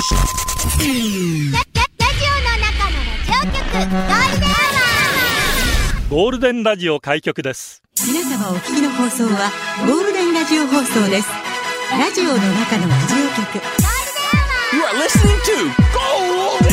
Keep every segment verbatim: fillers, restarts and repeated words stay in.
ゴールデンラジオ開局です。 皆様お聞きの放送はゴールデンラジオ放送です。ラジオの中のラジオ局 You are listening to Golden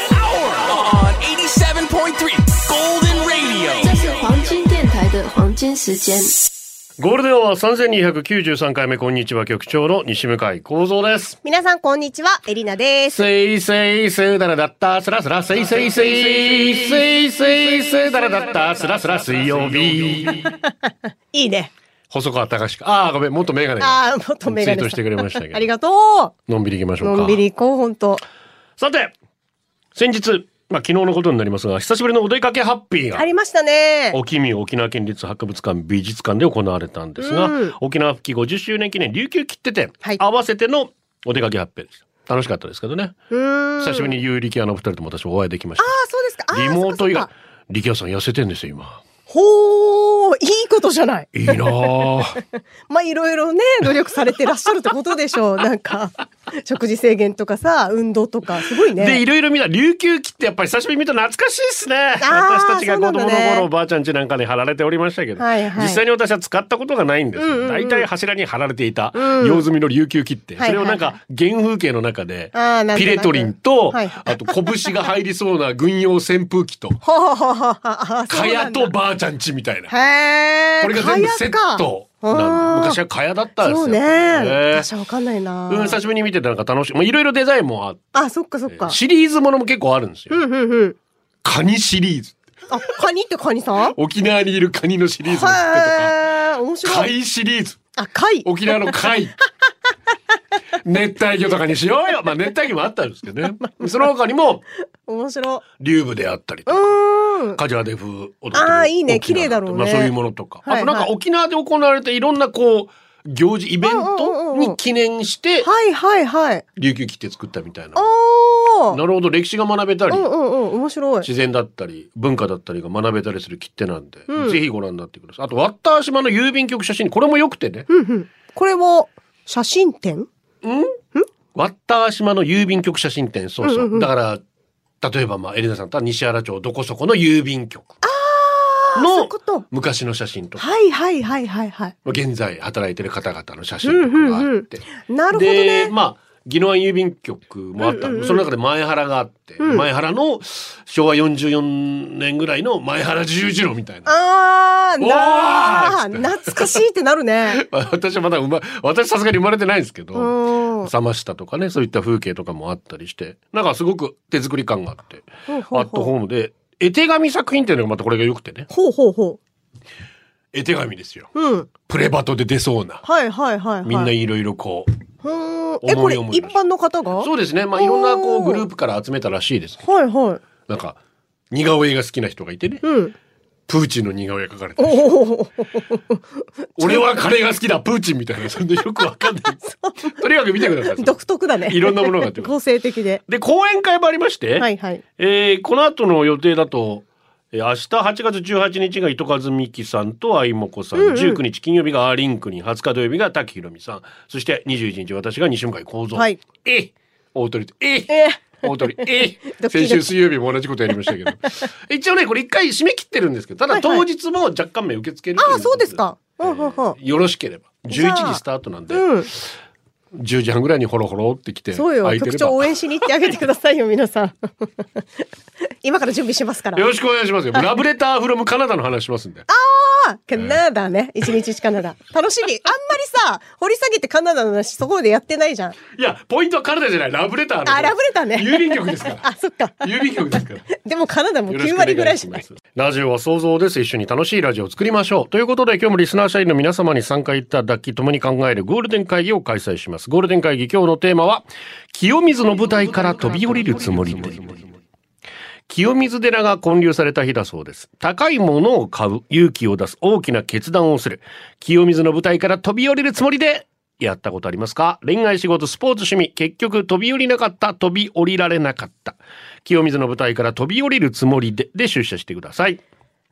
Hour on eighty-seven point three Golden Radio。 这是黄金電台的黄金時間。 ゴールデンはさんぜんにひゃくきゅうじゅうさんかいめ、こんにちは、局長の西向井光三です。 皆さんこんにちは、エリナです。 せいせいせいだらだったスラスラせいせいせいせいせいせいだらだったスラスラ水曜日いいね。 細川隆史。ああ、ごめん、もっとメガネがああ、もっとメガネツイートしてくれましたけどありがとう。のんびり行きましょうか。 のんびり行こう、ほんと。 さて、先日、まあ、昨日のことになりますが、久しぶりのお出かけハッピーがありましたね。 おきみ沖縄県立博物館美術館で行われたんですが、うん、沖縄復帰ごじゅっしゅうねん記念琉球切手展、はい、合わせてのお出かけハッピーです。楽しかったですけどね。うーん、久しぶりに有力屋のお二人とも私お会いできました。 ああ、そうですか。 リモート以外、力也さん痩せてんですよ今。 ほー、いいことじゃない。 いいなまあいろいろね、努力されてらっしゃるってことでしょう。なんか食事制限とかさ、運動とかすごいね。 でいろいろ見た琉球切ってやっぱり久しぶりに見た懐かしいですね。私たちが子供の頃、ばあちゃん家なんかに貼られておりましたけど、はいはい、実際に私は使ったことがないんです。うんうんうん、大体柱に貼られていた用済みの琉球切手、うん、それをなんか原風景の中でピレトリンと、はいはい、あと拳が入りそうな軍用扇風機とかやとばあちゃん家みたいな。 へー、 これが全部セットなんで、昔は蚊帳だったんですよ。 そうね。私は分かんないな。 うん、久しぶりに見ててなんか楽しい。まあいろいろデザインもあって。 あ、そっかそっか。 シリーズものも結構あるんですよ。うんうんうん。カニシリーズ。 あ、カニってカニさん？ 沖縄にいるカニのシリーズの切手とか。 面白い。 貝シリーズ。 あ、貝。 沖縄の貝。熱帯魚とかにしようよ。まあ熱帯魚もあったんですけどね。その他にも面白い。 竜部であったりとか。カジャデ風踊ってる。 ああ、いいね。綺麗だろうね。 まあそういうものとか。はいはい、あとなんか沖縄で行われていろんなこう行事イベントに記念して、 はいはいはい。 琉球切手作ったみたいな。 ああ。 なるほど、歴史が学べたり、 うんうんうん、面白い。 自然だったり文化だったりが学べたりする切手なんで、うん、ぜひご覧になってください。あとワッター島の郵便局写真、これも良くてね。 うんうん。これも写真展？ うん？ん？ワッター島の郵便局写真展、そうそう。うんうんうん、だから例えばまあエリナさんとは西原町どこそこの郵便局の昔の写真とか、 はいはいはいはいはい。 現在働いてる方々の写真とかがあって、 うんうんうん、なるほどね。 でまあ宜野湾郵便局もあった、うんうんうん、その中で前原があって、うん、前原のしょうわよんじゅうよねんぐらいの前原十字路みたいな。 あーなー懐かしいってなるね。 私はまだ生ま私さすがに生まれてないんですけど、冷下とかね、そういった風景とかもあったりして、なんかすごく手作り感があって、ほうほうほう、アットホームで絵手紙作品っていうのがまたこれが良くてね。 ほうほうほう。 絵手紙ですよ。 うん。 プレバトで出そうな。 はいはいはい、はい。 みんないろいろこう。 え、これ一般の方が？ そうですね。まあいろんなこうグループから集めたらしいです、ね。 はいはい。 なんか似顔絵が好きな人がいてね。うん。プーチンの似顔絵描かれてる。俺はカレーが好きだプーチンみたいな、そんでよくわかんない。とにかく見てください。 独特だね。 いろんなものがあって個性的で。 で講演会もありまして、 はいはい。 えー、この後の予定だと。明日はちがつじゅうはちにちが糸数美希さんと相もこさん、うんうん、じゅうくにち金曜日がアーリンクに、はつか土曜日が滝ひろみさん、そしてにじゅういちにち私が西向井光三、はい、え大鳥ええ大鳥え先週水曜日も同じことやりましたけど一応ねこれ一回締め切ってるんですけど、ただ当日も若干名受け付けるという、 はいはい、ああそうですか、えー、よろしければじゅういちじスタートなんで、うんじゅうじはんぐらいにホロホロってきて、 そうよ、局長応援しに行ってあげてくださいよ皆さん今から準備しますからよろしくお願いしますよ。ラブレターフロムカナダの話しますんで。 ああカナダね、一日一カナダ楽しみ。あんまりさ掘り下げてカナダの話そこでやってないじゃん。 いやポイントはカナダじゃない、ラブレターの。 あラブレターね、 郵便局ですからあそっか郵便局ですからでもカナダもきゅうわりぐらいしない。 ラジオは想像です。一緒に楽しいラジオを作りましょうということで、今日もリスナー社員の皆様に参加いただき共に考えるゴールデン会議を開催します。ゴールデン会議、今日のテーマは清水の舞台から飛び降りるつもりで。清水寺が建立された日だそうです。高いものを買う、勇気を出す、大きな決断をする。清水の舞台から飛び降りるつもりでやったことありますか？恋愛、仕事、スポーツ、趣味、結局飛び降りなかった、飛び降りられなかった。清水の舞台から飛び降りるつもりでで出社してください。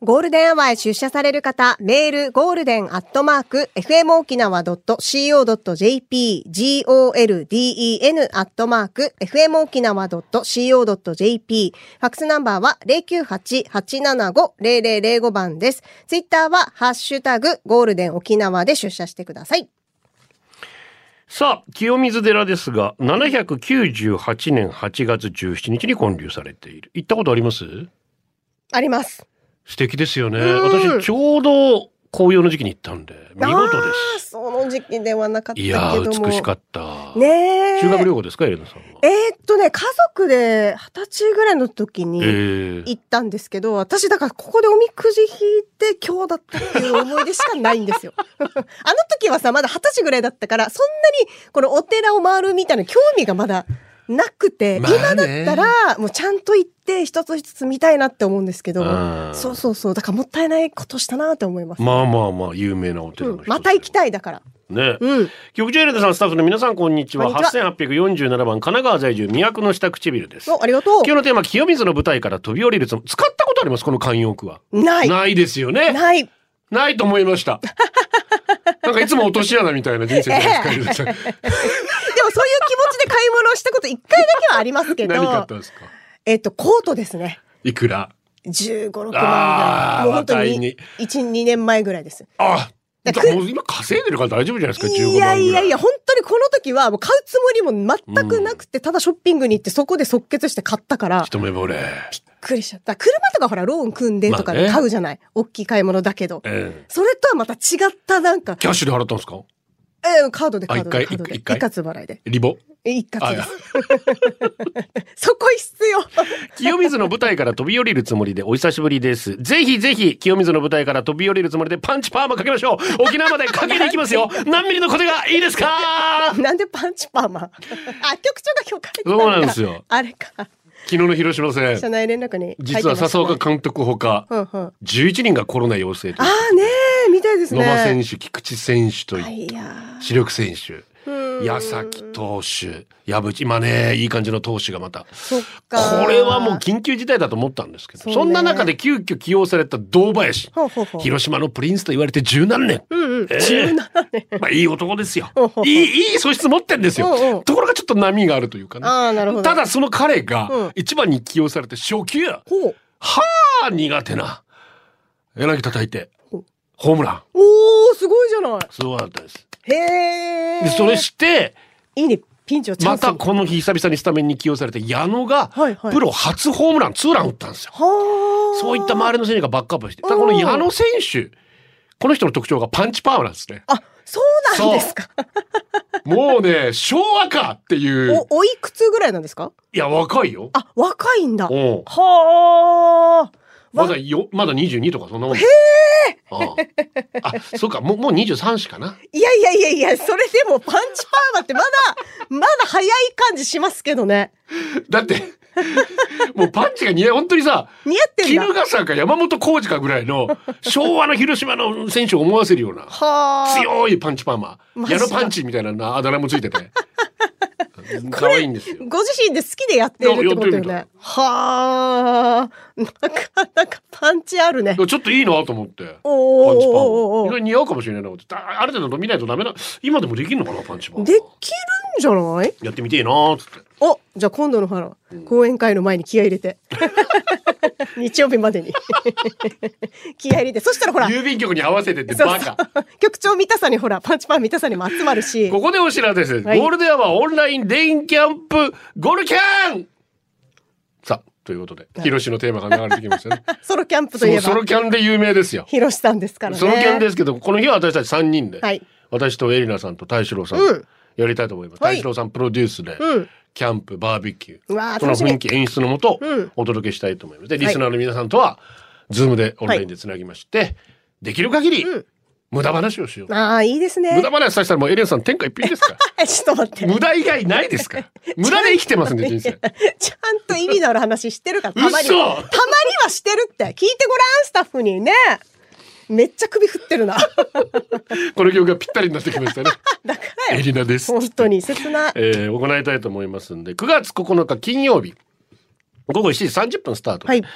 ゴールデンアワーへ出社される方、メール、ゴールデンアットマーク、エフエム 沖縄 ドット シーオー ドット ジェーピー、ゴールデン アットマーク、エフエム 沖縄 ドット シーオー ドット ジェーピー、ファックスナンバーは ゼロきゅうはち はちななご ゼロゼロゼロご 番です。ツイッターは、ハッシュタグ、ゴールデン沖縄で出社してください。 さあ、清水寺ですが、ななひゃくきゅうじゅうはちねんはちがつじゅうしちにちに建立されている。行ったことあります？ あります。 素敵ですよね。私ちょうど紅葉の時期に行ったんで見事です。 その時期ではなかったけども。 いやー美しかった。 ねえ。 修学旅行ですかエレナさんは？ えー、っとね家族で二十歳ぐらいの時にえー行ったんですけど、私だからここでおみくじ引いて今日だったっていう思い出しかないんですよ。あの時はさまだ二十歳ぐらいだったからそんなにこのお寺を回るみたいな興味がまだなくて、 まあね、 今だったらもうちゃんと行って一つ一つ見たいなって思うんですけど、 うんそうそうそうだからもったいないことしたなって思います。 まあまあまあ有名なお寺の一つ、 うん、また行きたいだからね、 うん、 局長エレナさんスタッフの皆さんこんにちは。 こんにちは。 はっせんはっぴゃくよんじゅうななばん神奈川在住都の下唇です。 おありがとう。 今日のテーマ清水の舞台から飛び降りるつも使ったことありますこの慣用句は？ ないないですよね。 ないないと思いました。なんかいつも落とし穴みたいな人生じゃないですか。 でもそういう気持ちで買い物をしたこと一回だけはありますけど。 何買ったんですか？ えっとコートですね。 いくら？ じゅうご、ろくまんぐらい。もう本当にいち、にねんまえぐらいです。 あだからもう今稼いでるから大丈夫じゃないですか。じゅうごまんぐらい。 いやいやいや本当にこの時はもう買うつもりも全くなくて、うん、ただショッピングに行ってそこで即決して買ったから。 一目惚れ。 びっくりしちゃった。車とかほらローン組んでとかで買うじゃない。まあね、大きい買い物だけど、ええ。それとはまた違ったなんか。 キャッシュで払ったんですか？ えー、カードでカードで一回カードで一回一括払いで。 リボ？ 一括です。そこ必要。 清水の舞台から飛び降りるつもりでお久しぶりです。ぜひぜひ清水の舞台から飛び降りるつもりでパンチパーマかけましょう。沖縄までかけに行きますよ。何ミリの小手がいいですか？ なんでパンチパーマ？あ、局長が許可したんだ。 そうなんですよ。 あれか。 昨日の広島戦、 社内連絡に実は笹岡監督ほか、うんうん、じゅういちにんがコロナ陽性という。 ああねー、みたいですね。 野間選手、菊池選手といった主力選手、矢崎投手、矢淵、今ねいい感じの投手がまた。そっか。これはもう緊急事態だと思ったんですけど、 そ,、ね、そんな中で急遽起用された堂林、ほうほうほう、広島のプリンスと言われて十何年、うんうんえー、十何年、まあいい男ですよ。ほうほうほう、いいいい素質持ってんですよ。ほうほう、ところがちょっと波があるというかね。あ、なるほど。ただその彼が一番に起用されて初球、うん、はあ苦手な柳叩いてホームラン。 おーすごいじゃない。 すごかったです。 へー。 でそれしていいね、ピンチをチャンスに。 またこの日久々にスタメンに起用されて矢野がプロ初ホームラン、ツーラン打ったんですよ。はそういった周りの選手がバックアップして、ただこの矢野選手、この人の特徴がパンチパワーなんですね。 あ、そうなんですか。 もうね昭和かっていう。 お、おいくつぐらいなんですか？いや若いよ。 あ、若いんだ。はあ。 まだよ、まだにじゅうにとかそんなもん。へえ。ああ、そうか、もう、もうにじゅうさんしかな。 いやいやいやいや、それでもパンチパーマってまだ、まだ早い感じしますけどね。 だって、もうパンチが似合い、本当にさ、 似合ってんだ。 衣笠か山本浩二かぐらいの昭和の広島の選手を思わせるような強いパンチパーマ。矢野パンチみたいなあだ名もついてて。可愛いんですよ。 ご自身で好きでやってるってことよね。はあ、なかなかパンチあるね。 ちょっといいなと思って。おパンチパーマ。意外に似合うかもしれないなと思って。ある程度見ないとダメな。今でもできるのかなパンチパーマ。 できるんじゃない？ やってみてえなーっつって。 お、じゃあ今度のほら、うん、講演会の前に気合い入れて。日曜日までに気合い入れて、そしたらほら郵便局に合わせてってバカ。 そうそう局長見たさにほらパンチパン見たさにも集まるし。 ここでお知らせです、はい、ゴールデンアワーオンライン電キャンプゴルキャン。さあということで、はい、ヒロシのテーマが流れてきましたね。 ソロキャンプといえばソロキャンで有名ですよ。 ヒロシさんですからね。 ソロキャンですけど、この日は私たちさんにんで、はい、私とエリナさんと大志郎さん、うん、やりたいと思います。大志郎さんプロデュースで、うん、キャンプバーベキュー、その雰囲気演出のもと、うん、お届けしたいと思います。でリスナーの皆さんとは、はい、ズームでオンラインでつなぎまして、はい、できる限り、うん、無駄話をしよう。 ああいいですね。 無駄話させたらもうエレンさん天下一品ですか。 ちょっと待って。 無駄以外ないですか。無駄で生きてますね人生。 ちゃんと意味のある話してるから。たまにたまにはしてるって聞いてごらんスタッフにね。めっちゃ首振ってるな。 この曲がぴったりになってきましたね。 だからエリナです。 本当に切な、 えー、行いたいと思いますんで、くがつここのか金曜日ごごしちじさんじゅっぷんスタート、はい、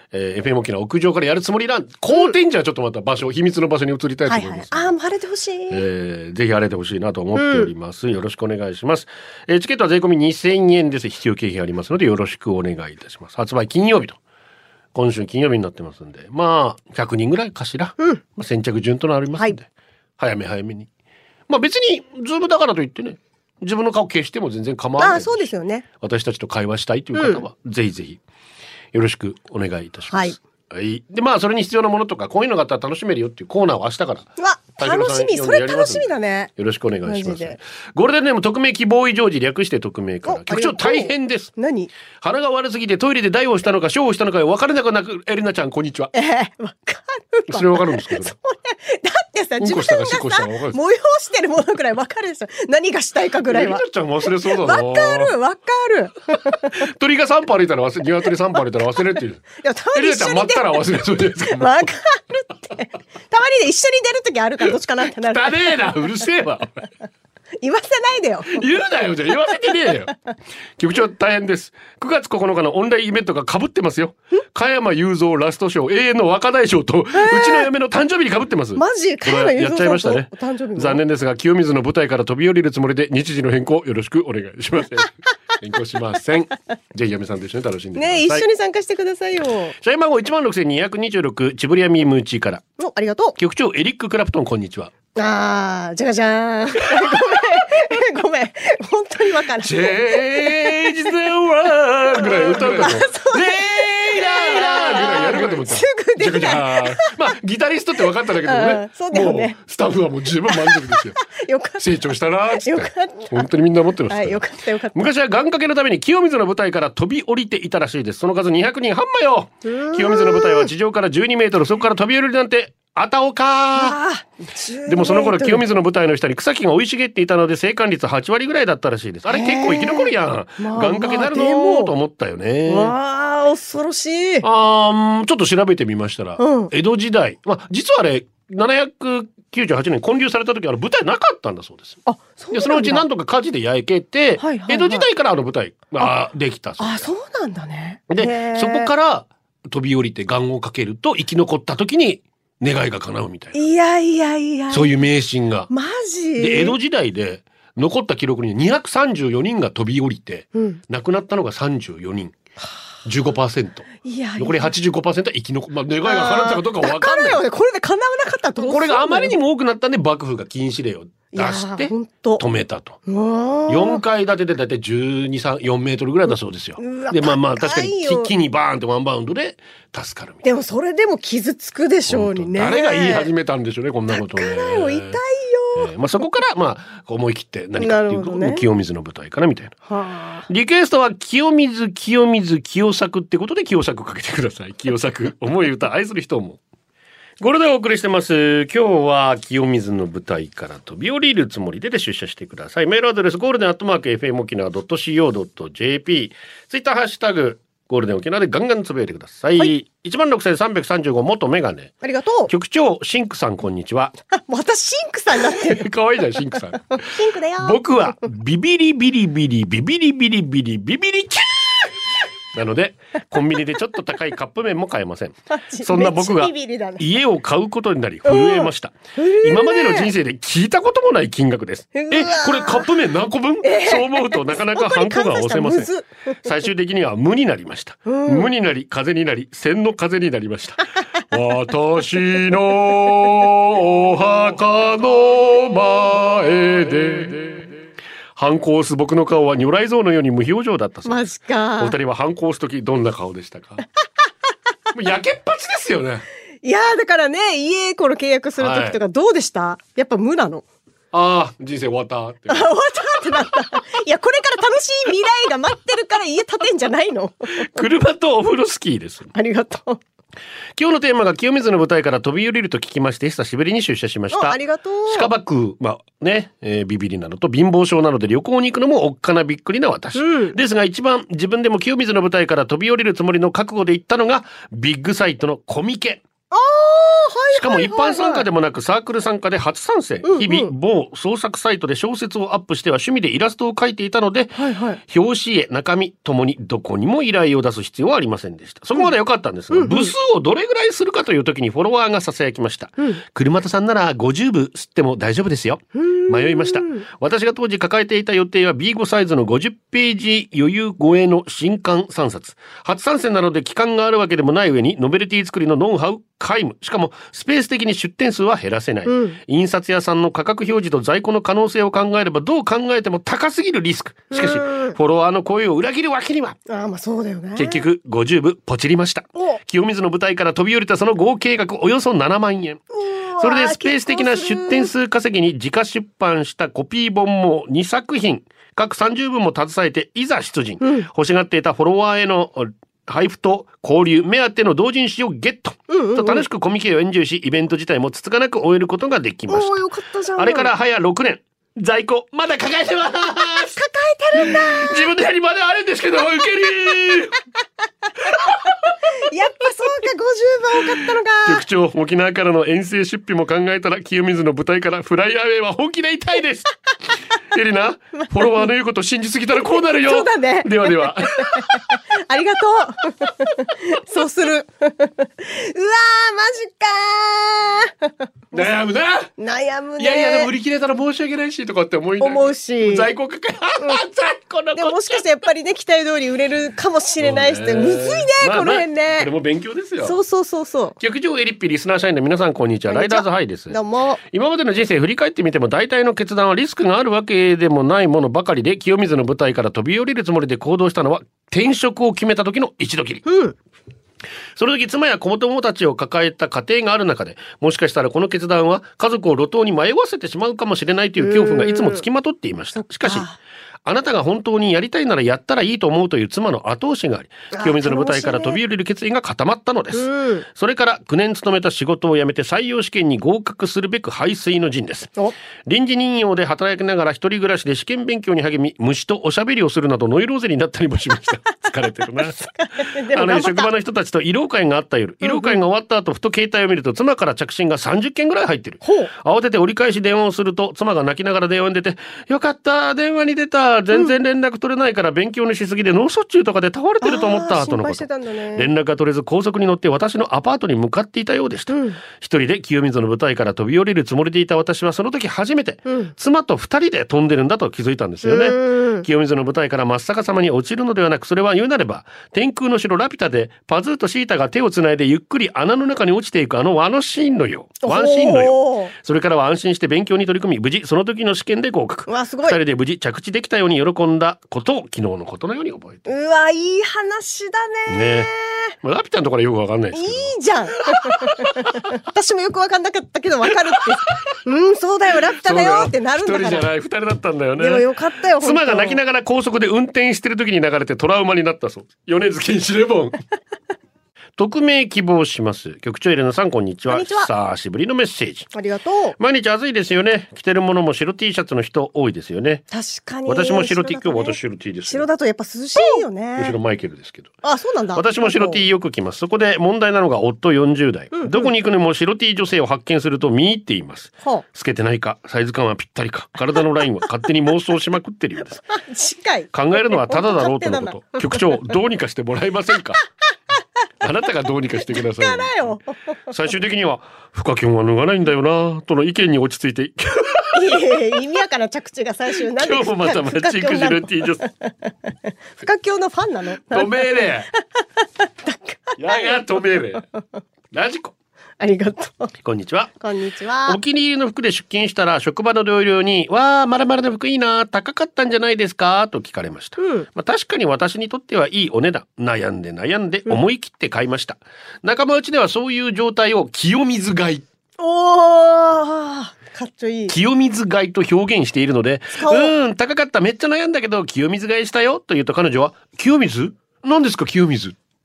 えー、エフエム 沖縄屋上からやるつもりなん好天時はちょっとまた場所、秘密の場所に移りたいと思います、 はいはい、ああもう晴れてほしい、 えー、ぜひ晴れてほしいなと思っております、うん、よろしくお願いします、えー、チケットは税込みにせんえんです。引き受け費ありますのでよろしくお願いいたします。発売金曜日と今週金曜日になってますんで、まあひゃくにんぐらいかしら、うんまあ、先着順となりますんで、はい、早め早めに、まあ別にズームだからといってね自分の顔消しても全然構わない。 あ、そうですよね。 私たちと会話したいという方は、うん、ぜひぜひよろしくお願いいたします。はい。はい、でまあそれに必要なものとかこういうのがあったら楽しめるよっていうコーナーを明日から。 うわ楽しみ、それ楽しみだね。 よろしくお願いします。ゴールデンネーム匿名希望異常時略して匿名から。局長大変です。 何？ 鼻が悪すぎてトイレで大をしたのか小をしたのか分からなくなくエリナちゃんこんにちは。 えー、わかる。 それ分かるんですか？それ。 それだってさ自分がさ催してるものくらい分かるでしょ。何がしたいかぐらいは。 エリナちゃん忘れそうだな。 分かる分かる。 鳥が散歩歩いたら忘れ、鶏散歩歩いたら忘れっていう。いやたまに一緒に出る。 エリナちゃん待ったら忘れそうじゃないですか。 分かるって。たまにね一緒に出る時あるからどっちかなってなる。 だねえなうるせえわ。 言わせないでよ。 言うなよじゃ言わせてねえよ。局長大変です。くがつここのかのオンラインイベントが被ってますよ。加山雄三ラストショー永遠の若大将とうちの嫁の誕生日に被ってます。 マジ加山雄三さんとやっちゃいましたね。誕生日残念ですが清水の舞台から飛び降りるつもりで日時の変更よろしくお願いします。変更しません。ぜひ嫁さんと一緒に楽しんでください。 ね一緒に参加してくださいよ。 社員番号いちまんろくせんにひゃくにじゅうろくチブリアミームーチーから。 おありがとう。 局長エリック・クラプトンこんにちは。 あーじゃがじゃーん。ごめんごめん本当にわかる。 Change the world ぐらい歌うかと。レイライラぐらいやるかと思った。 すぐ出た。 まあギタリストって分かっただけでもね。 そうだよね。 もうスタッフはもう十分満足ですよ。 よかった。 成長したなーっつって。 よかった。 本当にみんな思ってます。 はいよかったよかった。 昔は願掛けのために清水の舞台から飛び降りていたらしいです。その数にひゃくにん半端よ。清水の舞台は地上からじゅうにメートル、そこから飛び降りるなんてあたおかー。でもその頃清水の舞台の下に草木が生い茂っていたので生還率はちわりぐらいだったらしいです。あれ結構生き残るやん、まあ、願掛けなるのーと思ったよね。 わー恐ろしい。 あーちょっと調べてみましたら、うん、江戸時代、まあ、実はあれななひゃくきゅうじゅうはちねん建立された時あの舞台なかったんだそうです。 あそうなんだ。 でそのうち何とか火事で焼けて、はいはいはい、江戸時代からあの舞台ができたそうです。 あそうなんだね。 でそこから飛び降りて願をかけると生き残った時に願いが叶うみたいな。 いやいやいや。 そういう迷信が。 マジで江戸時代で残った記録ににひゃくさんじゅうよにんが飛び降りて、うん、亡くなったのがさんじゅうよにん。じゅうごパーセント。いやいや残り はちじゅうごパーセント は生き残る。まあ願いが叶ったかどうかわかんない。だからよね。 これで叶わなかったらどうするの？ これがあまりにも多くなったんで幕府が禁止令を出して止めたと。よんかい建てでだいたいじゅうに、さん、よんメートルぐらいだそうですよ。でまあまあ確かに木にバーンってワンバウンドで助かるみたいな。 でもそれでも傷つくでしょうにね。 誰が言い始めたんでしょうねこんなことね。 だからよ痛いよ。 えーまあ、そこからまあ思い切って何かっていうと、ね、清水の舞台かなみたいな。はあ、リクエストは清水清水清作ってことで清作かけてください。清作思い歌愛する人も。これでお送りしてます。今日は清水の舞台から飛び降りるつもりでで出社してください。メールアドレスゴールデンアットマーク エフエム 沖縄 ドットシーオー ドット ジェーピー ツイッターハッシュタグゴールデン沖縄でガンガンつぶやいてください。はい、いちまんろくせんさんびゃくさんじゅうご元メガネ。 ありがとう。 局長シンクさんこんにちは。 またシンクさんになってる。 可愛いじゃんシンクさん。 シンクだよ。 僕はビビリビリビリビビリビリビリビビリキューなのでコンビニでちょっと高いカップ麺も買えません。そんな僕が家を買うことになり震えました。今までの人生で聞いたこともない金額です。えこれカップ麺何個分、えー、そう思うとなかなかハンコが押せません。最終的には無になりました、うん、無になり風になり千の風になりました。私のお墓の前でハンコを押す僕の顔は如来像のように無表情だったそうです。 マジか。 お二人はハンコを押すときどんな顔でしたか？もうやけっぱちですよね。 いやだからね家この契約するときとかどうでした？はい、やっぱ無なの？ ああ人生終わったって。 終わったってなった。いやこれから楽しい未来が待ってるから家建てんじゃないの？ 車とお風呂スキーです。 ありがとう。 今日のテーマが清水の舞台から飛び降りると聞きまして久しぶりに出社しました。 ありがとう。 鹿バックまあね、えー、ビビリなのと貧乏症なので旅行に行くのもおっかなびっくりな私、うん、ですが一番自分でも清水の舞台から飛び降りるつもりの覚悟で行ったのがビッグサイトのコミケああ、はい。 しかも一般参加でもなくサークル参加で初参戦。 うんうん、 日々某創作サイトで小説をアップしては趣味でイラストを描いていたので、 はいはい、 表紙絵、中身ともにどこにも依頼を出す必要はありませんでした。そこまで良かったんですが、うんうんうん、部数をどれぐらいするかという時にフォロワーが囁きました。うん、車田さんならごじゅうぶ吸っても大丈夫ですよ。迷いました。私が当時抱えていた予定は ビーファイブ サイズのごじゅっページ余裕超えの新刊さんさつ。初参戦なので期間があるわけでもない上にノベルティ作りのノウハウ皆無。しかもスペース的に出店数は減らせない、うん、印刷屋さんの価格表示と在庫の可能性を考えればどう考えても高すぎるリスク。しかしフォロワーの声を裏切るわけには。 あ、まあそうだよね。 結局ごじゅうぶポチりました。清水の舞台から飛び降りたその合計額およそななまんえん。それでスペース的な出店数稼ぎに自家出版したコピー本もにさくひん各さんじゅうぶんも携えていざ出陣、うん、欲しがっていたフォロワーへの配布と交流目当ての同人誌をゲット、うんうんうん、と楽しくコミケをエンジョイしイベント自体もつつかなく終えることができました。 おー、よかったじゃん。 あれから早ろくねん在庫まだ抱えてます抱えてるんだ。 自分の部屋にまだあるんですけどウケるやっぱそうか、ごじゅうばん多かったのか。 局長、沖縄からの遠征出費も考えたら清水の舞台からフライアウェイは本気で痛いですエリナ、フォロワーの言うこと信じすぎたらこうなるよ。 そうだね。 ではではありがとうそうするうわー、マジかー悩むな。 悩むね。 いやいや、でも売り切れたら申し訳ないしとかって思いながら思うし、 在庫かかる、うん、在庫のでももしかしてやっぱりね、期待通り売れるかもしれないし、ね、むずいね、まあ、この辺ね、まあ、 これも勉強ですよ。 そうそうそうそう。 局長エリッピリスナー社員の皆さんこんにちは。ライダーズハイです。 どうも。 今までの人生振り返ってみても大体の決断はリスクがあるわけでもないものばかりで、清水の舞台から飛び降りるつもりで行動したのは転職を決めた時の一度きり、うん、その時妻や子供たちを抱えた家庭がある中で、もしかしたらこの決断は家族を路頭に迷わせてしまうかもしれないという恐怖がいつもつきまとっていました。しかしあなたが本当にやりたいならやったらいいと思うという妻の後押しがあり、清水の舞台から飛び降りる決意が固まったのです、うん、それからきゅうねん勤めた仕事を辞めて採用試験に合格するべく背水の陣です。臨時任用で働きながら一人暮らしで試験勉強に励み、虫とおしゃべりをするなどノイローゼになったりもしました疲れてるなあの職場の人たちと慰労会があった夜、慰労会が終わった後ふと携帯を見ると妻から着信がさんじゅっけんぐらい入ってる。慌てて折り返し電話をすると妻が泣きながら電話に出て、よかった電話に出た、全然連絡取れないから勉強にしすぎで脳卒中とかで倒れてると思ったとのこと。 ね、 連絡が取れず高速に乗って私のアパートに向かっていたようでした、うん、一人で清水の舞台から飛び降りるつもりでいた私はその時初めて、うん、妻と二人で飛んでるんだと気づいたんですよね、うん、清水の舞台から真っ逆さまに落ちるのではなく、それは言うなれば天空の城ラピュタでパズーとシータが手をつないでゆっくり穴の中に落ちていくあのワンシーンのようワンシーンのようそれからは安心して勉強に取り組み、無事その時の試験で合格。二人で無事着地できたように喜んだことを昨日のことのように覚えてる。 うわ、いい話だね。 ね、まあ、ラピュタのところはよくわかんないですけど。 いいじゃん私もよくわかんなかったけどわかるってうん、そうだよラピュタだよってなるんだから。 一人じゃない二人だったんだよね。 でもよかったよ。 妻が泣きながら高速で運転してる時に流れてトラウマになったそう。米津玄師レモン匿名希望します。局長エレナさんこんにちは。久しぶりのメッセージ。 ありがとう。 毎日暑いですよね。着てるものも白 T シャツの人多いですよね。 確かに。 私も白 T、ね、今日私白 T です。 白だとやっぱ涼しいよね。 後ろマイケルですけど。 あ、そうなんだ。 私も白 T よく着ます。そこで問題なのが夫よんじゅうだい、うんうん、どこに行くにも白 T 女性を発見すると見入っています。透けてないか、サイズ感はぴったりか、体のラインは勝手に妄想しまくってるようです近い。 考えるのはただだろうとのこと局長どうにかしてもらえませんかあなたがどうにかしてくださいよ。最終的にはフカキョンは脱がないんだよなとの意見に落ち着いていやいや意味やかな着地が最終なんで今日もまたマッチング白 T 女性フカキョンのファンなの。 止めれやが止めれラジコ。 ありがとう。 こんにちは。 こんにちは。 お気に入りの服で出勤したら職場の同僚にわーまるまるの服いいな高かったんじゃないですかと聞かれました、うんまあ、確かに私にとってはいいお値段。悩んで悩んで思い切って買いました、うん、仲間内ではそういう状態を清水買い。 おーかっちょいい。 清水買いと表現しているので、うん高かっためっちゃ悩んだけど清水買いしたよと言うと彼女は清水何ですか清水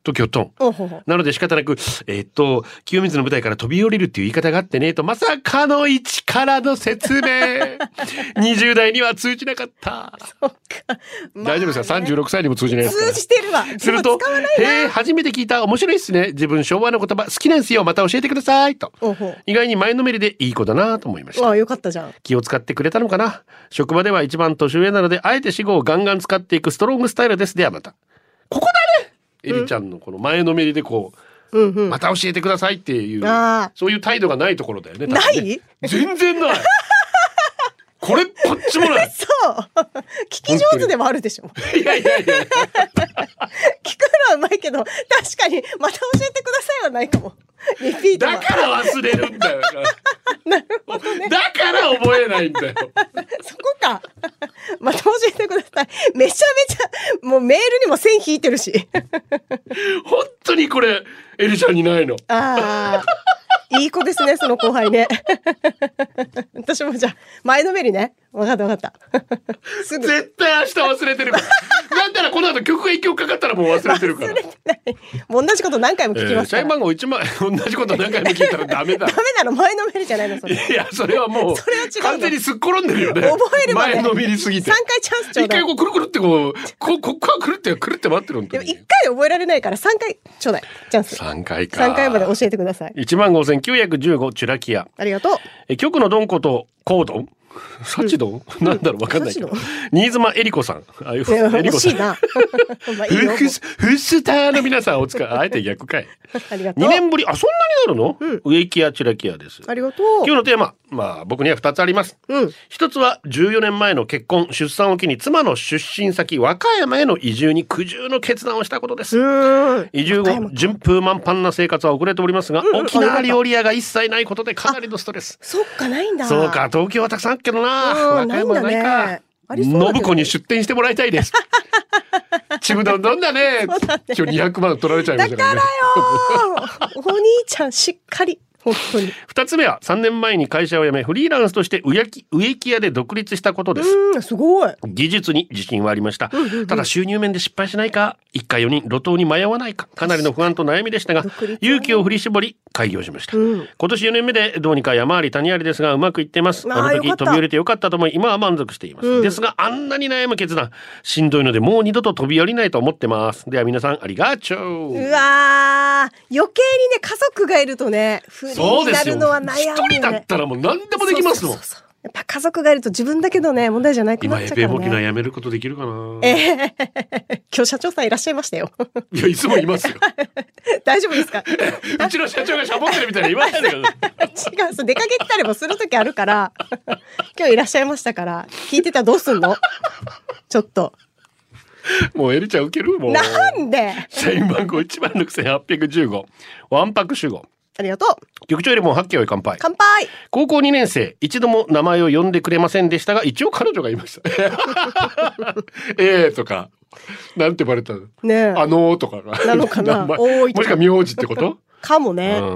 ときょとん。 おほほ。 なので仕方なく、えーっと、清水の舞台から飛び降りるっていう言い方があってね、と、まさかの一からの説明。にじゅう代には通じなかった。 そっか。 大丈夫ですか？ さんじゅうろく 歳にも通じないですから。 通じてるわ。 すると、 でも使わないな。 へえ、初めて聞いた。面白いっすね。自分昭和の言葉好きなんですよ。また教えてください。と。 おほ。 意外に前のめりでいい子だなと思いました。 ああ、よかったじゃん。 気を使ってくれたのかな。職場では一番年上なので、あえて死語をガンガン使っていくストロングスタイルです。ではまた。ここだね。エリちゃんのこの前のめりでこう、 うんうん、 また教えてくださいっていう、 あそういう態度がないところだよね。 なねい？ 全然ない。これっぽっちもない。 そう聞き上手でもあるでしょ。 いやいやいや聞くのはうまいけど確かにまた教えてくださいはないかも。リピートはだから忘れるんだよ。 なるほどね。 だから覚えないんだよ。 そこか。また教えてください。めちゃめちゃもうメールにも線引いてるし。 本当にこれエリちゃんにないの。 ああ。いい子ですね、その後輩ね。私もじゃあ、前のめりね。わかったわかった。すぐ。 絶対明日忘れてるから。なんならこの後曲が一曲かかったらもう忘れてるから。 忘れてない。もう同じこと何回も聞きますから。 えー、社員番号いちまん、同じこと何回も聞いたらダメだ。 ダメなの、前のめりじゃないの、それ。 いや、それはもう、 それは違うの完全にすっ転んでるよね。 覚えるまで。 前のめりすぎて。 さんかいチャンスちょうだい。 一回こうくるくるってこう、こう、ここはくるってくるって待ってるんだ。 でも一回覚えられないからさんかいちょうだい。チャンス。 さんかいか。 さんかいまで教えてください。 いちまんごせんきゅうひゃくじゅうごチュラキア。 ありがとう。 え、局のドンコとコードンサチドン、うん、なんだろうわかんないけど。新妻えりこさん。ああいうえりこさん。 惜しいな。まあいいよフス、フスターの皆さんお使い、あえて逆かい。 ありがとう。 にねんぶり、あ、そんなになるの、うん、植木屋チュラキアです。 ありがとう。 今日のテーマ、まあ僕にはふたつあります。 うん。 一つはじゅうよねんまえの結婚、出産を機に妻の出身先和歌山への移住に苦渋の決断をしたことです。移住後、順風満帆な生活は遅れておりますが、うん、沖縄料理屋が一切ないことでかなりのストレス。 そっか、ないんだ。 そうか、東京はたくさんあるけどな。和歌山はないか。信子に出店してもらいたいです。ちむどんどんだね。今日にひゃくまん取られちゃいましたからね。 だからよ。お兄ちゃんしっかり。本当に。 二つ目はさんねんまえに会社を辞めフリーランスとして植木、植木屋で独立したことです。 うん、すごい。 技術に自信はありました。うんうんうん、ただ収入面で失敗しないか、一家よにん路頭に迷わないか、かなりの不安と悩みでしたが、勇気を振り絞り開業しました。うん、今年よねんめでどうにか山あり谷ありですがうまくいってます。あの時飛び降りてよかったと思い、今は満足しています。うん、ですがあんなに悩む決断、しんどいのでもう二度と飛び降りないと思ってます。では皆さんありがとう。 うわー、余計にね家族がいるとね不利になるのは悩むよね。 一人だったらもう何でもできますもん。 そうそうそうそう、やっぱ家族がいると自分だけのね問題じゃなくなっちゃうからね。 今エペモキナやめることできるかな。 えー、今日社長さんいらっしゃいましたよ。 いやいつもいますよ。 大丈夫ですか。 うちの社長がしゃぼってるみたいな言わないでください。 違う、そう出かけたりもする時あるから今日いらっしゃいましたから聞いてたらどうすんの。ちょっともうエリちゃん受けるもう。 なんで。 社員番号いちまんろくせんはっぴゃくじゅうごわんぱく集合。 ありがとう。 局長よりも八景を乾杯。 乾杯。 高校にねん生、一度も名前を呼んでくれませんでしたが、一応彼女がいました。えーとか、なんて呼ばれたの、ねえ、あのーとかが。 なのかな。 もしくは名字ってことかもね。 うん。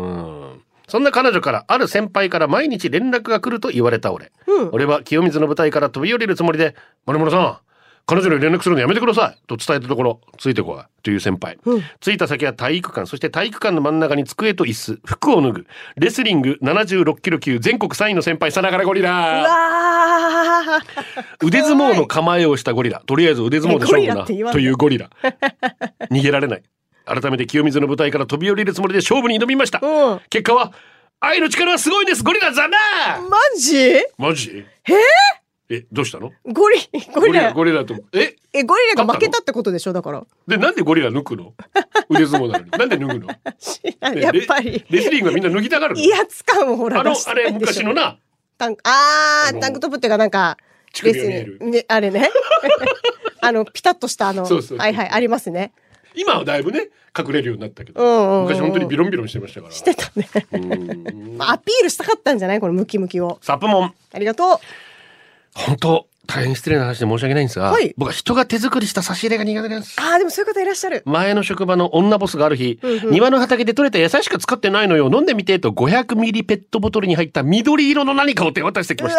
そんな彼女からある先輩から毎日連絡が来ると言われた俺。うん、俺は清水の舞台から飛び降りるつもりで、丸村さん、彼女に連絡するのやめてくださいと伝えたところ、ついてこいという先輩、うん、着いた先は体育館、そして体育館の真ん中に机と椅子、服を脱ぐレスリングななじゅうろっキロ級全国さんいの先輩さながらゴリラ。うわ腕相撲の構えをしたゴリラ、とりあえず腕相撲で勝負なというゴリラ。逃げられない。改めて清水の舞台から飛び降りるつもりで勝負に挑みました、うん、結果は愛の力はすごいです、ゴリラザナー。 マジマジえーえ、どうしたの？ ゴリ、ゴリラ。 ゴリラと、ええ、ゴリラが負けたってことでしょ、だから。 で、なんでゴリラ抜くの？腕相撲なのに。なんで脱ぐの？ やっぱり。 レスリングはみんな脱ぎたがるの？ 威圧感をほらあの、あれ、昔のな。 タンク、あー、タンクトップっていうかなんか、 レスリング。 あれね。あの、ピタッとしたあの、 そうそう。 はいはい、ありますね。 今はだいぶね、隠れるようになったけど、うんうんうん、昔本当にビロンビロンしてましたから。 してたね。アピールしたかったんじゃない、このムキムキを。 サプモン。 ありがとう。 本当大変失礼な話で申し訳ないんですが、はい、僕は人が手作りした差し入れが苦手なんです。 ああ、でもそういう方いらっしゃる。 前の職場の女ボスがある日、うんうん、庭の畑で採れた野菜しか使ってないのよ、飲んでみてとごひゃくミリペットボトルに入った緑色の何かを手渡してきました。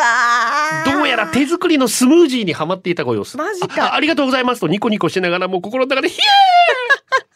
どうやら手作りのスムージーにハマっていたご様子。 マジか。 あ, ありがとうございますとニコニコしながらもう心の中でヒエー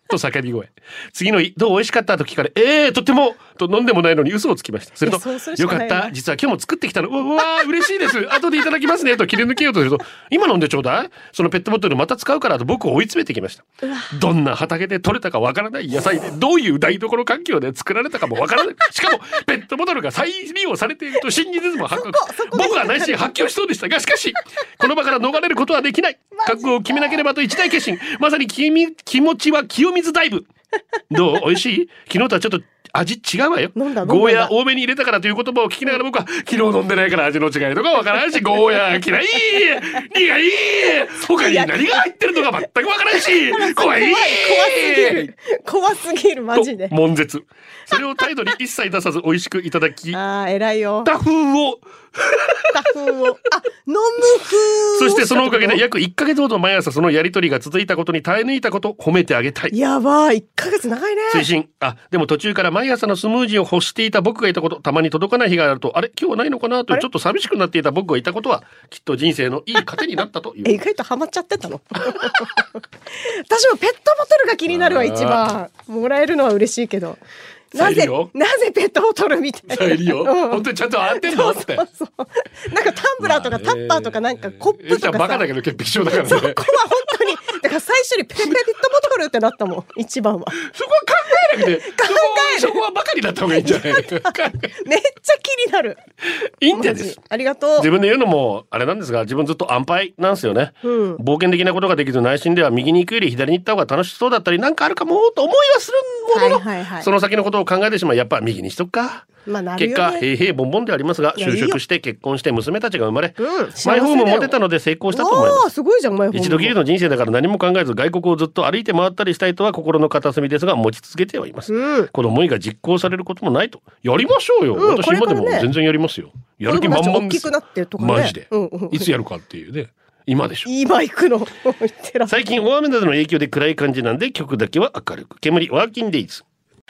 と叫び声。次の日、どう美味しかったと聞かれ、えー、とってもと飲んでもないのに嘘をつきました。すると、 そうするしよかかないなった、実は今日も作ってきたの、うわー嬉しいです、後でいただきますねと切り抜けようとすると、今飲んでちょうだい、そのペットボトルまた使うからと僕を追い詰めてきました。どんな畑で採れたかわからない野菜で、どういう台所環境で作られたかもわからない。しかもペットボトルが再利用されていると信じずも発覚。僕は内心発狂しそうでしたが、しかしこの場から逃れることはできない。覚悟を決めなければと一大決心。まさに気み気持ちは清水ダイブ。どう美味しい？昨日とはちょっと味違うわよ。 飲んだ飲んだゴーヤ多めに入れたからという言葉を聞きながら僕は昨日飲んでないから味の違いとかわからんし、ゴーヤ嫌い、苦い、他に何が入ってるのか全くわからんし、怖い、 怖すぎる怖すぎるマジでと悶絶。それを態度に一切出さず美味しくいただき、 あー偉いよた風を花粉をあ飲む風そしてそのおかげで約いっかげつほど毎朝そのやりとりが続いたことに耐え抜いたこと褒めてあげたい。 やばいいっかげつ長いね。 推進。あ、でも途中から毎朝のスムージーを欲していた僕がいたこと、たまに届かない日があると、あれ今日はないのかなとちょっと寂しくなっていた僕がいたことは、きっと人生のいい糧になったという。 え意外とハマっちゃってたの私もペットボトルが気になるわ。一番もらえるのは嬉しいけど、なぜなぜペットボトルみたいな。 再利用、 うん、 本当にちゃんと合ってんのって。 そうそうそうなんかタンブラーとかタッパーとかなんかコップとかさ、 バカだけど潔癖症だからね。 そこは本当にだから最初にペペペットボトルってなったもん一番は。 そこは考えなくて、そこそこはバカになった方がいいんじゃない。めっちゃ気になる。 いいんですありがとう。 自分で言うのもあれなんですが、自分ずっと安牌なんですよね、うん、冒険的なことができず内心では右に行くより左に行った方が楽しそうだったりなんかあるかもと思いはするものの、はいはいはい、その先のことを考えてしまいやっぱ右にしとくか。まあなるよね、結果平々ボンボンでありますが、就職して結婚して娘たちが生まれ、うん、マイホームも持てたので成功したと思います。 すごいじゃんマイホーム。 一度きりの人生だから何も考えず外国をずっと歩いて回ったりしたいとは心の片隅ですが持ち続けてはいます、うん、この思いが実行されることもないと。やりましょうよ、うん、私今でも全然やりますよ、ね、やる気満々です。ね、マジで、うんうん、いつやるかっていうね。今でしょ。 今行くの最近大雨などの影響で暗い感じなんで曲だけは明るく。煙ワーキンデイズ。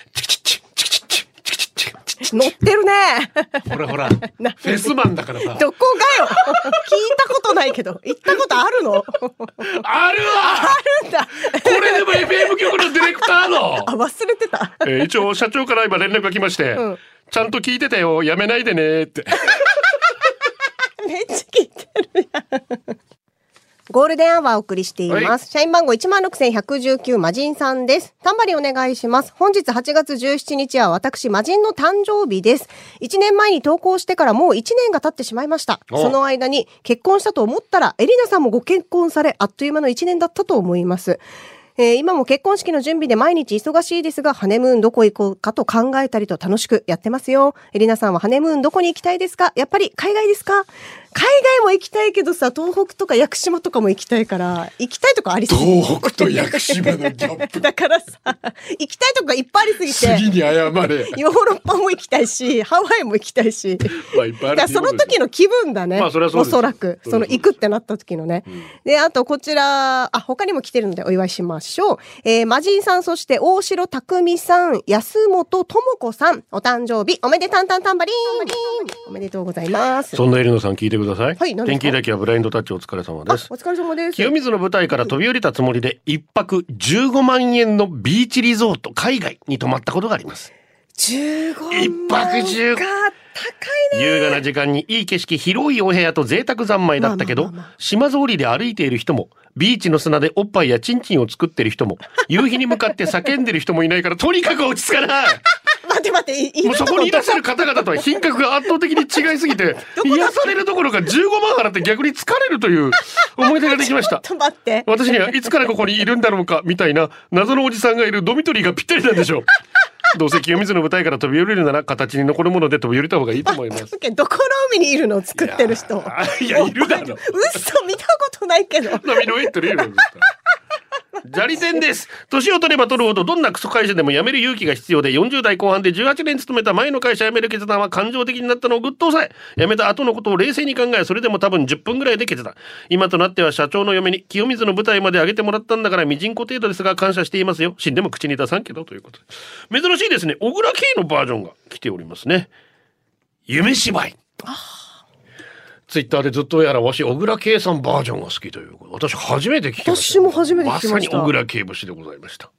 乗ってるね。 ほらほらフェスマンだからさ。 どこがよ聞いたことないけど行ったことあるの。 あるわ。 あるんだ。 これでも エフエム 局のディレクターのあ忘れてた、 えー、一応社長から今連絡が来まして、うん、ちゃんと聞いてたよやめないでねってめっちゃ聞いてるやん。ゴールデンアワーお送りしています、はい、社員番号 いちまんろくせんひゃくじゅうきゅう 魔人さんです。タンバリンお願いします。本日はちがつじゅうしちにちは私魔人の誕生日です。いちねんまえに投稿してからもういちねんが経ってしまいました。その間に結婚したと思ったらエリナさんもご結婚されあっという間のいちねんだったと思います。えー、今も結婚式の準備で毎日忙しいですが、ハネムーンどこ行こうかと考えたりと楽しくやってますよ。エリナさんはハネムーンどこに行きたいですか？やっぱり海外ですか？海外も行きたいけどさ、東北とか屋久島とかも行きたいから、行きたいとこありすぎる。 東北と屋久島のギャップ。 だからさ、行きたいとこがいっぱいありすぎて。 次に謝れ。ヨーロッパも行きたいし、ハワイも行きたいし。 まあいっぱいある。 だからその時の気分だね。 まあそれはそうです。 おそらく。その行くってなった時のね。うん、で、あとこちら、あ、他にも来てるのでお祝いしましょう。えー、魔人さん、そして大城匠さん、安本智子さん、お誕生日おめでたんたんたんばりーん。おめでとうございます。 そんなエリノさん聞いてください。 はい、何ですか？ 天気だけはブラインドタッチお疲れ様です。 お疲れ様です。 清水の舞台から飛び降りたつもりで一泊じゅうごまんえんのビーチリゾート海外に泊まったことがあります。 じゅうごまん一泊じゅう高いね。 優雅な時間にいい景色、広いお部屋と贅沢三昧だったけど、まあまあまあまあ、島ぞうりで歩いている人もビーチの砂でおっぱいやチンチンを作ってる人も夕日に向かって叫んでる人もいないからとにかく落ち着かない。 待って待って、 もうそこにいらっしゃる方々とは品格が圧倒的に違いすぎて癒されるどころかじゅうごまん払って逆に疲れるという思い出ができました。 ちょっと待って、 私にはいつからここにいるんだろうかみたいな謎のおじさんがいるドミトリーがぴったりなんでしょう。どうせ清水の舞台から飛び降りるなら形に残るもので飛び降りた方がいいと思います。 どこの海にいるのを作ってる人。 いやいるだろ。 嘘見たことないけど。 波の上ってるよ。砂利店です。年を取れば取るほどどんなクソ会社でも辞める勇気が必要で、よんじゅうだいこう半でじゅうはちねん勤めた前の会社辞める決断は感情的になったのをぐっと抑え、辞めた後のことを冷静に考え、それでも多分じゅっぷんぐらいで決断。今となっては社長の嫁に清水の舞台まで上げてもらったんだからミジンコ程度ですが感謝していますよ。死んでも口に出さんけどということで、珍しいですね。小倉圭のバージョンが来ておりますね。夢芝居。ツイッターでずっとやらわし小倉圭さんバージョンが好きということ。私初めて聞きました。 私も初めて聞きました。 まさに小倉圭節でございました。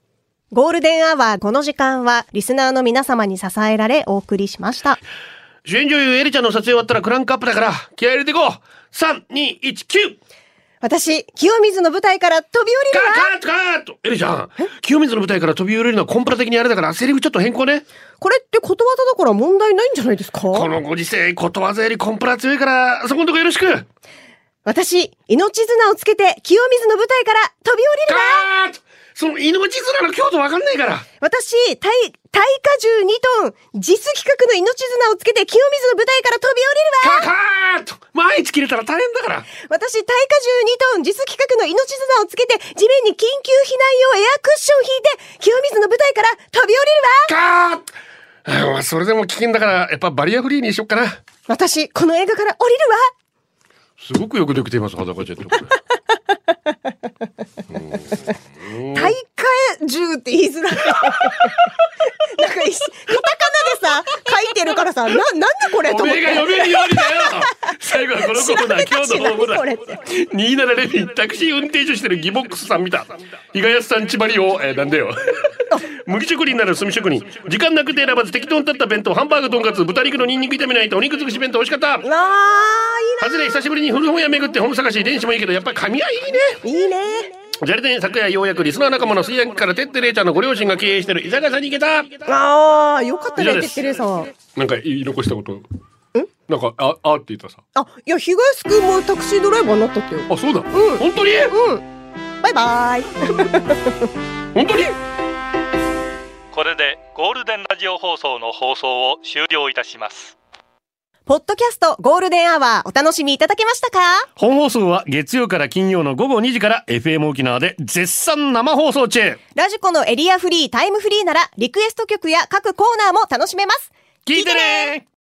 ゴールデンアワーこの時間はリスナーの皆様に支えられお送りしました。 主演女優エリちゃんの撮影終わったらクランクアップだから気合い入れていこう。さん、に、いち、きゅう。 私、清水の舞台から飛び降りるわ。 カーッとカーッとエリちゃん、清水の舞台から飛び降りるのはコンプラ的にあれだからセリフちょっと変更ね。 これってことわざだから問題ないんじゃないですか。 このご時世ことわざよりコンプラ強いからそこのとこよろしく。 私、命綱をつけて清水の舞台から飛び降りるわ。 カーッとその命綱の強度わかんないから。 私、耐、耐荷重にトン、実規格の命綱をつけて清水の舞台から飛び降りるわ。 カーッと毎日切れたら大変だから。 私、耐荷重にトン、実規格の命綱をつけて地面に緊急避難用エアクッションを引いて清水の舞台から飛び降りるわ。 カーッ、あ、それでも危険だからやっぱバリアフリーにしよっかな。 私、この映画から降りるわ。 すごくよくできています、裸ジェット。 耐荷重って言いづらい。なんかカタカナでさ書いてるからさ、な、なんでこれと思って。 おめえが読めるようにだよ。最後はこのコーナー、今日のホームラン。にじゅうななレビンタクシー運転手してるギボックスさん見た。比嘉康さんちばりを、えー、なんだよ。麦職人なら炭職人。時間なくて選ばず適当に立った弁当、ハンバーグとんかつ、豚肉のニンニク炒めないとお肉尽くし弁当美味しかった。 あー、いいな。 はずれ久しぶりに古本屋巡って本探し、電子もいいけどやっぱり紙はいいね。 いいね。 じゃれで昨夜ようやくリスナー仲間の水薬からてってれいちゃんのご両親が経営してる居酒屋さんに行けた。 あー、よかったね、てってれいさん。 なんか言い残したこと。んなんか、あ、あって言ったさ。 あ、いや、東くんもタクシードライバーになったってよ。 あ、そうだ。 うん。 本当に？ うん。バイバイ。 本当に？ これでゴールデンラジオ放送の放送を終了いたします。 ポッドキャストゴールデンアワーお楽しみいただけましたか？ 本放送は月曜から金曜の午後にじから エフエム 沖縄で絶賛生放送中。 ラジコのエリアフリータイムフリーならリクエスト曲や各コーナーも楽しめます。 聞いてね。